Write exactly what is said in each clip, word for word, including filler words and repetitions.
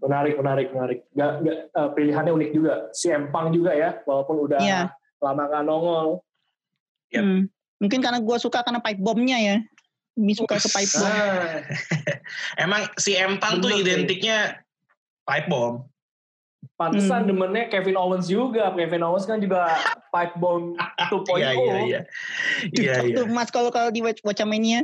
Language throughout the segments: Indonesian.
Menarik, menarik, menarik. Gak, gak, uh, pilihannya unik juga. Si Empang juga ya, walaupun udah yeah. lama gak nongol. Yep. Hmm. Mungkin karena gue suka karena pipe bomb-nya ya. Lebih suka ke pipe bomb. Ah. Emang si Empang tuh identiknya pipe bomb. Pantesan hmm. demennya Kevin Owens juga. Kevin Owens kan juga pipe bomb dua titik nol. Iya, iya, iya. Iya, iya. Mas kalau kalau di Wachamania.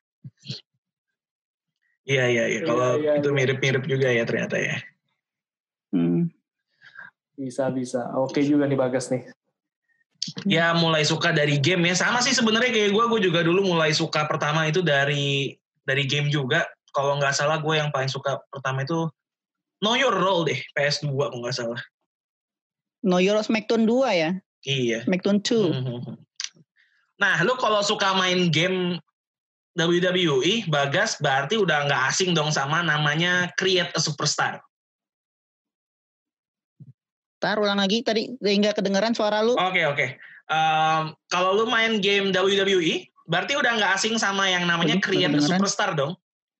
Iya, iya, iya. Kalau iya, iya, itu iya. mirip-mirip juga ya ternyata ya. Hmm. Bisa, bisa. Oke juga nih Bagas nih. Ya mulai suka dari game ya. Sama sih sebenarnya kayak gue. Gue juga dulu mulai suka pertama itu dari dari game juga. Kalau nggak salah gue yang paling suka pertama itu Know Your Role deh. P S dua kalau nggak salah. Know Your Role Smackdown dua ya? Iya. Smackdown dua. Mm-hmm. Nah lu kalau suka main game W W E, Bagas berarti udah nggak asing dong sama namanya Create a Superstar. Tar ulang lagi tadi nggak kedengeran suara lu. Oke okay, oke. Okay. Um, kalau lu main game W W E, berarti udah nggak asing sama yang namanya Aduh, Create a Superstar dong.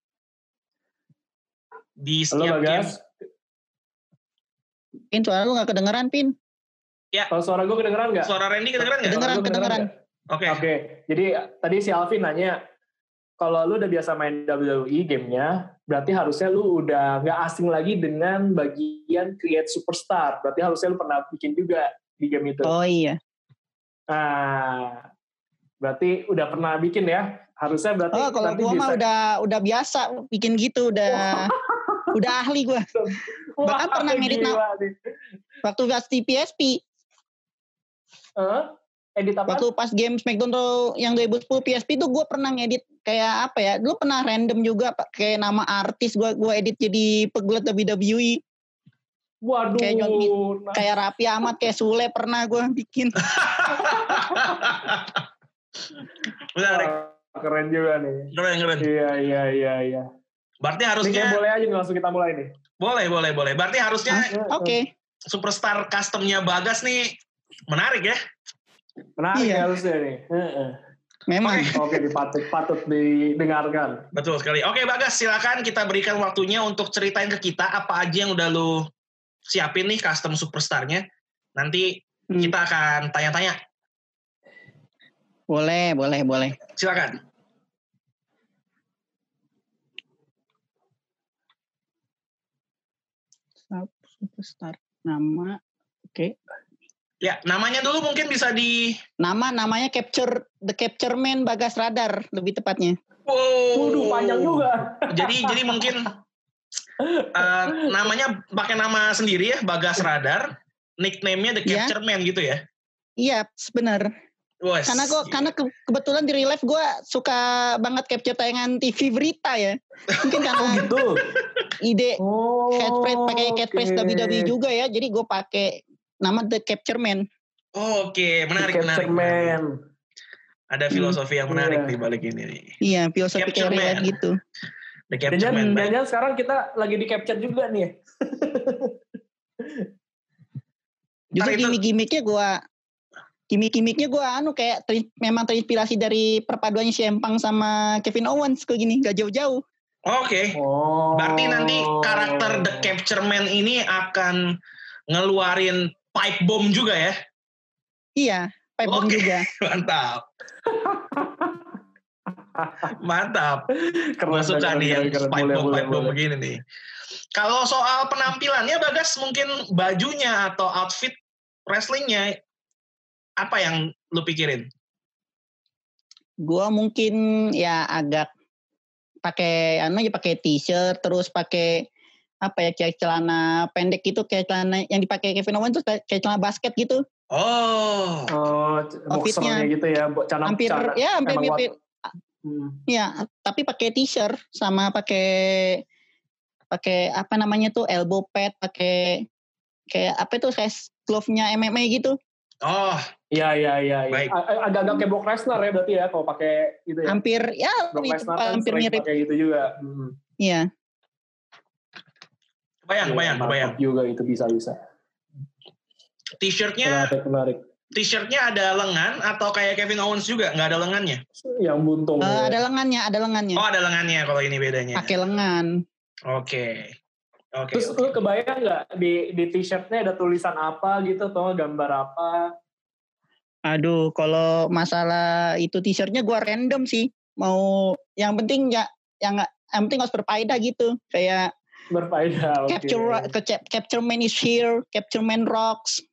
Di setiap Halo, Bagas. game. Pin suara lu nggak kedengeran Pin. Ya. Kalau suara gue kedengeran nggak? Suara Randy kedengeran nggak? Kedengeran kedengeran. Oke. Okay. Oke. Okay. Jadi tadi si Alvin nanya. Kalau lu udah biasa main W W E gamenya, berarti harusnya lu udah nggak asing lagi dengan bagian Create Superstar. Berarti harusnya lu pernah bikin juga di game itu. Oh iya. Nah, berarti udah pernah bikin ya? Harusnya berarti. Oh kalau gua mah udah udah biasa bikin gitu, udah udah ahli gua. Bahkan Wah, pernah ngedit na- waktu di P S P. Huh? Edit apa? Waktu pas game Smackdown yang dua ribu sepuluh P S P tuh gue pernah ngedit kayak apa ya? Dulu pernah random juga kayak nama artis gue gue edit jadi pegulat W W E. Waduh. Kayak John, kayak Raffi Ahmad, kayak Sule pernah gue bikin. Menarik. Keren juga nih. Keren keren. Iya iya iya iya. Berarti harusnya. Ini boleh aja nih langsung kita mulai nih. Boleh boleh boleh. Berarti harusnya. Oke. Okay. Superstar customnya Bagas nih menarik ya. Menarik iya. Harusnya nih. Memang. Oke, okay, patut patut didengarkan. Betul sekali. Oke, Bagas, silakan kita berikan waktunya untuk ceritain ke kita apa aja yang udah lu siapin nih custom superstarnya. Nanti hmm. kita akan tanya-tanya. Boleh, boleh, boleh. Silakan. Superstar nama, oke. Okay. Ya, namanya dulu mungkin bisa di... Nama, namanya Capture, The Capture Man Bagas Radar, lebih tepatnya. Wow. Waduh, panjang juga. Jadi jadi mungkin uh, namanya pakai nama sendiri ya, Bagas Radar. Nickname-nya The Capture ya. Man gitu ya? Iya, benar. Was, karena gue, karena ke, kebetulan di real life gue suka banget capture tayangan T V berita ya. Mungkin karena oh, gitu. ide oh, catchphrase pakai catchphrase okay. W W E juga ya. Jadi gue pakai nama The Capture Man. Oh, Oke, okay. menarik, The menarik. Capture Man. Ada filosofi yang menarik yeah. di balik ini nih. Iya, filosofi kayak gitu. The Capture Man. Dan sekarang kita lagi di capture juga nih. Justru gimmick-gimmicknya gue, gimmick-gimmicknya gue anu kayak ter, memang terinspirasi dari perpaduannya si Empang sama Kevin Owens kayak gini, gak jauh-jauh. Oke. Okay. Oh. Berarti nanti karakter The Capture Man ini akan ngeluarin pipe bomb juga ya? Iya, pipe okay. bomb juga. Mantap. Mantap. Masukan nih yang keren, pipe bomb, pipe bomb begini nih. Kalau soal penampilannya Bagas, mungkin bajunya atau outfit wrestlingnya, apa yang lu pikirin? Gua mungkin ya agak pakai anu ya pakai t-shirt, terus pakai apa ya kayak celana pendek gitu, kayak celana yang dipakai Kevin Owens tuh kayak celana basket gitu. Oh. Oh, boxernya gitu ya, celana hampir celana, ya hampir mirip. Hmm. Ya, tapi pakai t-shirt sama pakai pakai apa namanya tuh elbow pad, pakai kayak apa tuh kayak glove-nya M M A gitu. Oh, iya iya iya. Agak-agak kayak Brock Lesnar ya berarti ya kalau pakai gitu ya. Hampir ya Brock Lesnar kan hampir mirip kayak gitu juga. Iya. Hmm. Bayang, ya, bayang, bayang. Juga itu bisa-bisa. T-shirtnya menarik, menarik. T-shirtnya ada lengan atau kayak Kevin Owens juga nggak ada lengannya? Yang buntung. Uh, ya. Ada lengannya, ada lengannya. Oh, ada lengannya kalau ini bedanya. Pakai lengan. Oke. Oke. Terus oke. lu kebayang nggak di di t-shirtnya ada tulisan apa gitu atau gambar apa? Aduh, kalau masalah itu t-shirtnya gue random sih. Mau yang penting ya, yang yang penting harus berfaedah gitu. Kayak Berfaedah. Oke. capture ke- capture man is here, capture man rocks.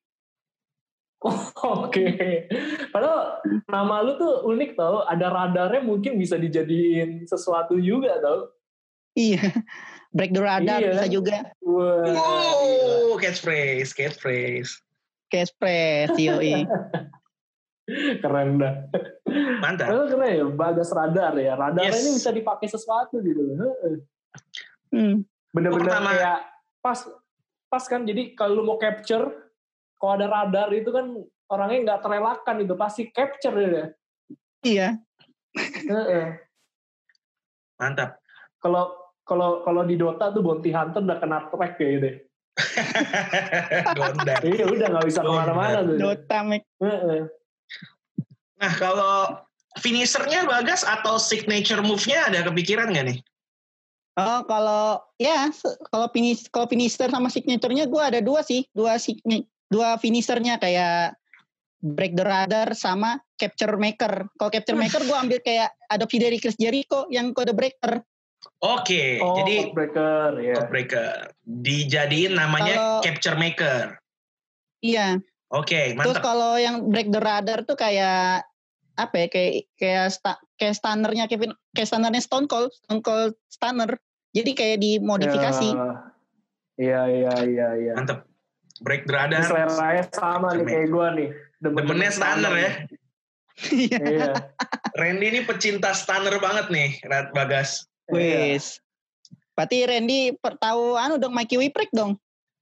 Oke. Padahal nama lu tuh unik tau. Ada radarnya mungkin bisa dijadiin sesuatu juga tau. Iya, break the radar Iya. bisa juga. Wah. gila. Wow, catchphrase, catchphrase. Kespres, yoi. Keren dah. Mantap. Padahal keren ya, Bagas radar ya. Radar Yes. ini bisa dipakai sesuatu gitu. Heeh. Hmm. Bener-bener Pertama- kayak pas pas kan. Jadi kalau lu mau capture, kalau ada radar itu kan orangnya nggak terelakkan itu pasti capture ya. Iya. Heeh. Mantap. Kalau kalau kalau di Dota tuh bounty hunter udah kena track kayak gitu. Gondar. Iya udah nggak bisa kemana-mana tuh. Dota, Mek. Heeh. Nah, kalau finishernya Bagas atau signature move-nya ada kepikiran nggak nih? Oh, kalau ya se- kalau finish kalau finisher sama signature-nya gue ada dua sih, dua signi, dua finishernya kayak break the radar sama capture maker. Kalau capture maker gue ambil kayak adopsi dari Chris Jericho yang kode breaker. Oke, Oh, jadi code breaker ya. code breaker dijadiin namanya Kalau- capture maker. Iya. Oke, Terus mantap. kalau yang break the radar tuh kayak apa ya? Kayak kayak sta, kayak stunnernya Kevin, kayak stunnernya Stone Cold, Stone Cold stunner. Jadi kayak dimodifikasi. Iya iya iya iya. Mantap. Break the Ini radar. seleranya sama nih kayak gue nih. Demennya stunner ya. Iya. Iya. Randy ini pecinta stunner banget nih, Rat Bagas. Iya. Wis. Berarti Randy per- tahu anu dong Mikey Whipwreck dong.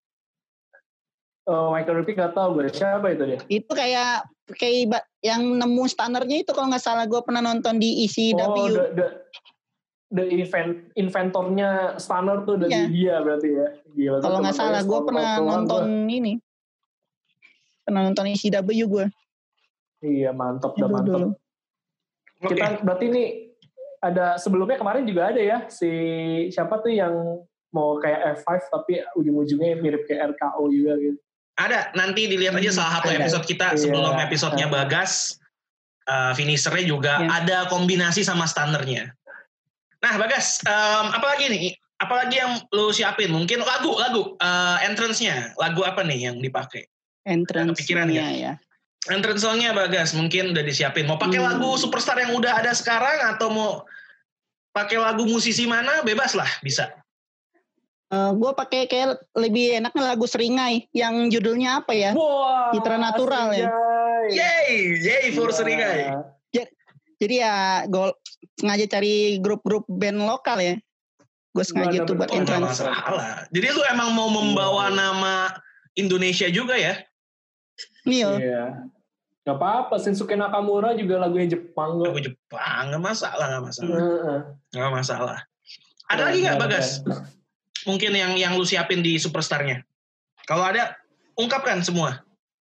Oh, Michael Rupik gak tau gue. Siapa itu dia? Itu kayak kayak iba- yang nemu stunnernya itu kalau nggak salah gue pernah nonton di E C W. Oh, the, the, the event, inventornya stunner tuh dari Iya. dia berarti ya. Gila, Kalau nggak salah gue pernah nonton ini. Pernah nonton E C W gue. Iya, mantap, udah Dulu mantap. dulu. Oke. Kita berarti ini ada sebelumnya kemarin juga ada ya si siapa tuh yang mau kayak F lima tapi ujung-ujungnya mirip kayak R K O juga gitu. Ada, nanti dilihat aja salah satu Ada. episode kita Iya. sebelum episodenya Bagas. Uh, finishernya juga Iya. ada kombinasi sama stunnernya. Nah Bagas, um, apalagi nih? Apalagi yang lu siapin? Mungkin lagu, lagu, uh, entrance-nya. Lagu apa nih yang dipakai? Kepikiran Entrance-nya nggak? ya. Entrance song-nya Bagas, mungkin udah disiapin. Mau pakai Hmm. lagu superstar yang udah ada sekarang atau mau pakai lagu musisi mana? Bebas lah, bisa. Uh, gue pakai kayak lebih enaknya lagu Seringai yang judulnya apa ya? Wah, Citra Natural ya. Yay, yay for Seringai. Jadi ya gue sengaja cari grup-grup band lokal ya. Gue sengaja Gimana tuh buat Oh, nggak entrance. masalah. Jadi lu emang mau membawa nama Indonesia juga ya? Nio. Iya. Gak apa-apa, Shinsuke Nakamura juga lagunya Jepang kok. Lagu Jepang, nggak masalah, nggak masalah. Heeh. Nggak masalah. Ada Keren, lagi nggak keren, Bagas? keren. Mungkin yang yang lu siapin di superstarnya. Kalau ada, ungkapkan semua.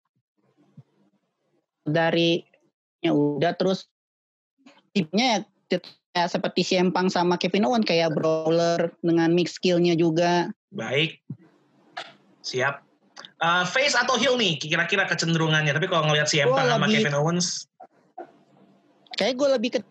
Dari ya udah terus tipnya ya, ya seperti C M Punk sama Kevin Owens kayak brawler dengan mix skillnya juga. Baik. Siap. Uh, face atau heel nih kira-kira kecenderungannya. Tapi kalau ngelihat C M Punk Gua sama lebih- Kevin Owens, Kayak gue lebih ke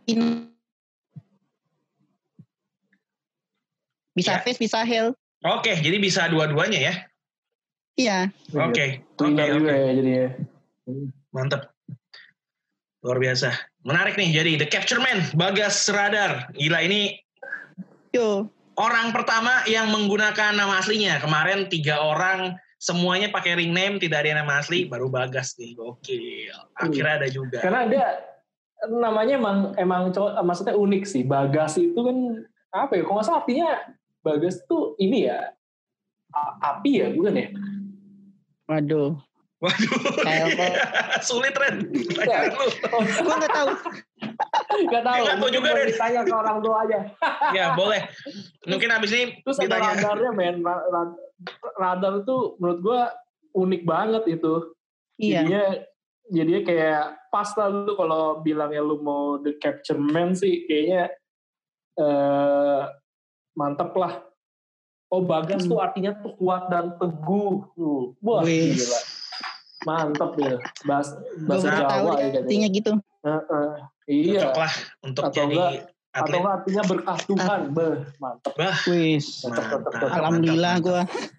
bisa Ya. face bisa heel. oke, jadi bisa dua-duanya ya. Iya. Oke, oke, Twinner juga oke. ya jadinya. Mantep. Luar biasa. Menarik nih, jadi The Capture Man, Bagas Radar. Gila, ini Yo. orang pertama yang menggunakan nama aslinya. Kemarin tiga orang, semuanya pakai ring name, tidak ada yang nama asli, baru Bagas nih. Gokil. Akhirnya ada juga. Karena dia namanya emang emang co- maksudnya unik sih. Bagas itu kan apa ya? Kalau nggak salah artinya Bagas tuh ini ya a- api ya bukan ya? Waduh. Waduh, Kayak sulit Ren. Pertanyaan lu. Gue nggak tahu. Gak tahu. Nggak tahu Mungkin juga, boleh Den. ditanya ke orang tua aja. Ya boleh. Mungkin abis ini Terus ada ditanya. radarnya men. Ra- ra- Radar itu menurut gua unik banget itu. Iya. Jadinya jadinya kayak pas lah lu kalau bilangnya lu mau The Capture Man sih kayaknya eh, mantep lah. Oh, Bagas Hmm. tuh artinya tuh kuat dan teguh. Tuh. Wah, Wih. gila. Mantep ya. Bahas, Gue bahasa baru tahu Jawa deh ya. artinya gitu. Heeh. Iya. Cocok lah untuk Atau jadi enggak, atlet. atau enggak artinya berkah Tuhan. Beh, mantep. Bah, Wih. mantap. Alhamdulillah gue.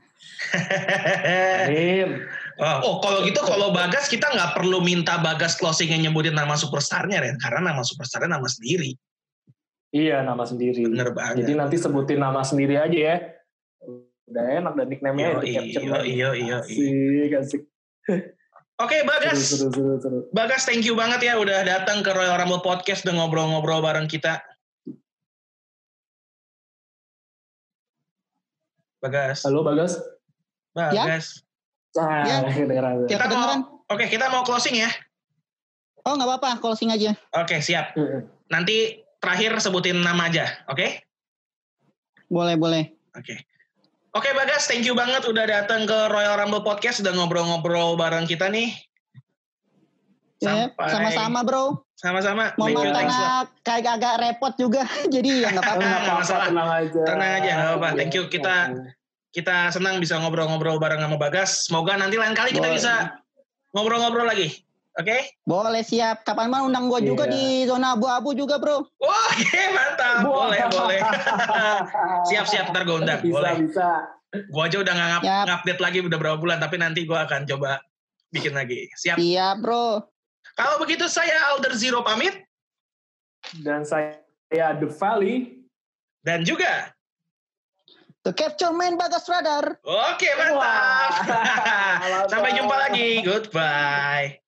Amin. Oh, oh, kalau gitu kalau Bagas kita nggak perlu minta Bagas closing yang nyebutin nama superstarnya, Ren, karena nama superstarnya nama sendiri. Iya, nama sendiri. Bener banget. Jadi nanti sebutin nama sendiri aja ya. Udah enak dan nickname-nya di caption. Iya, iya, iya. Asik, asik. Oke, Bagas. Seru, seru, seru, seru. Bagas, thank you banget ya udah datang ke Royal Rumble Podcast dan ngobrol-ngobrol bareng kita. Bagas. Halo, Bagas. Bagas. Nah, Ya. kedengeran. Kita mau, oke, kita mau closing ya. Oh nggak apa-apa, closing aja. Oke, siap. Heeh. Nanti terakhir sebutin nama aja, oke? Boleh, boleh. Oke. Oke Bagas, thank you banget udah datang ke Royal Rumble Podcast, udah ngobrol-ngobrol bareng kita nih. Ya, Sampai- sama-sama bro. Sama-sama. Mohon Thank maaf you, thanks karena lot. kayak agak repot juga. Jadi ya nggak apa-apa. Nggak apa-apa, masalah. tenang aja. Tenang aja, nggak apa-apa. Thank you. Kita- Kita senang bisa ngobrol-ngobrol bareng sama Bagas. Semoga nanti lain kali kita Boleh. bisa ngobrol-ngobrol lagi. Oke? Boleh, siap. Kapan mau undang gue juga Iya. di zona abu-abu juga bro. Wah, oke, mantap. Boleh, boleh. Siap-siap, ntar gue undang. Bisa, Boleh. bisa. Gue aja udah nggak Yap. ngupdate lagi udah berapa bulan, tapi nanti gue akan coba bikin lagi. Siap. Siap bro. Kalau begitu saya Alder Zero pamit. Dan saya The Valley. Dan juga The Capture Man Bagas Radar. oke, mantap. Wah. Sampai jumpa lagi. Goodbye.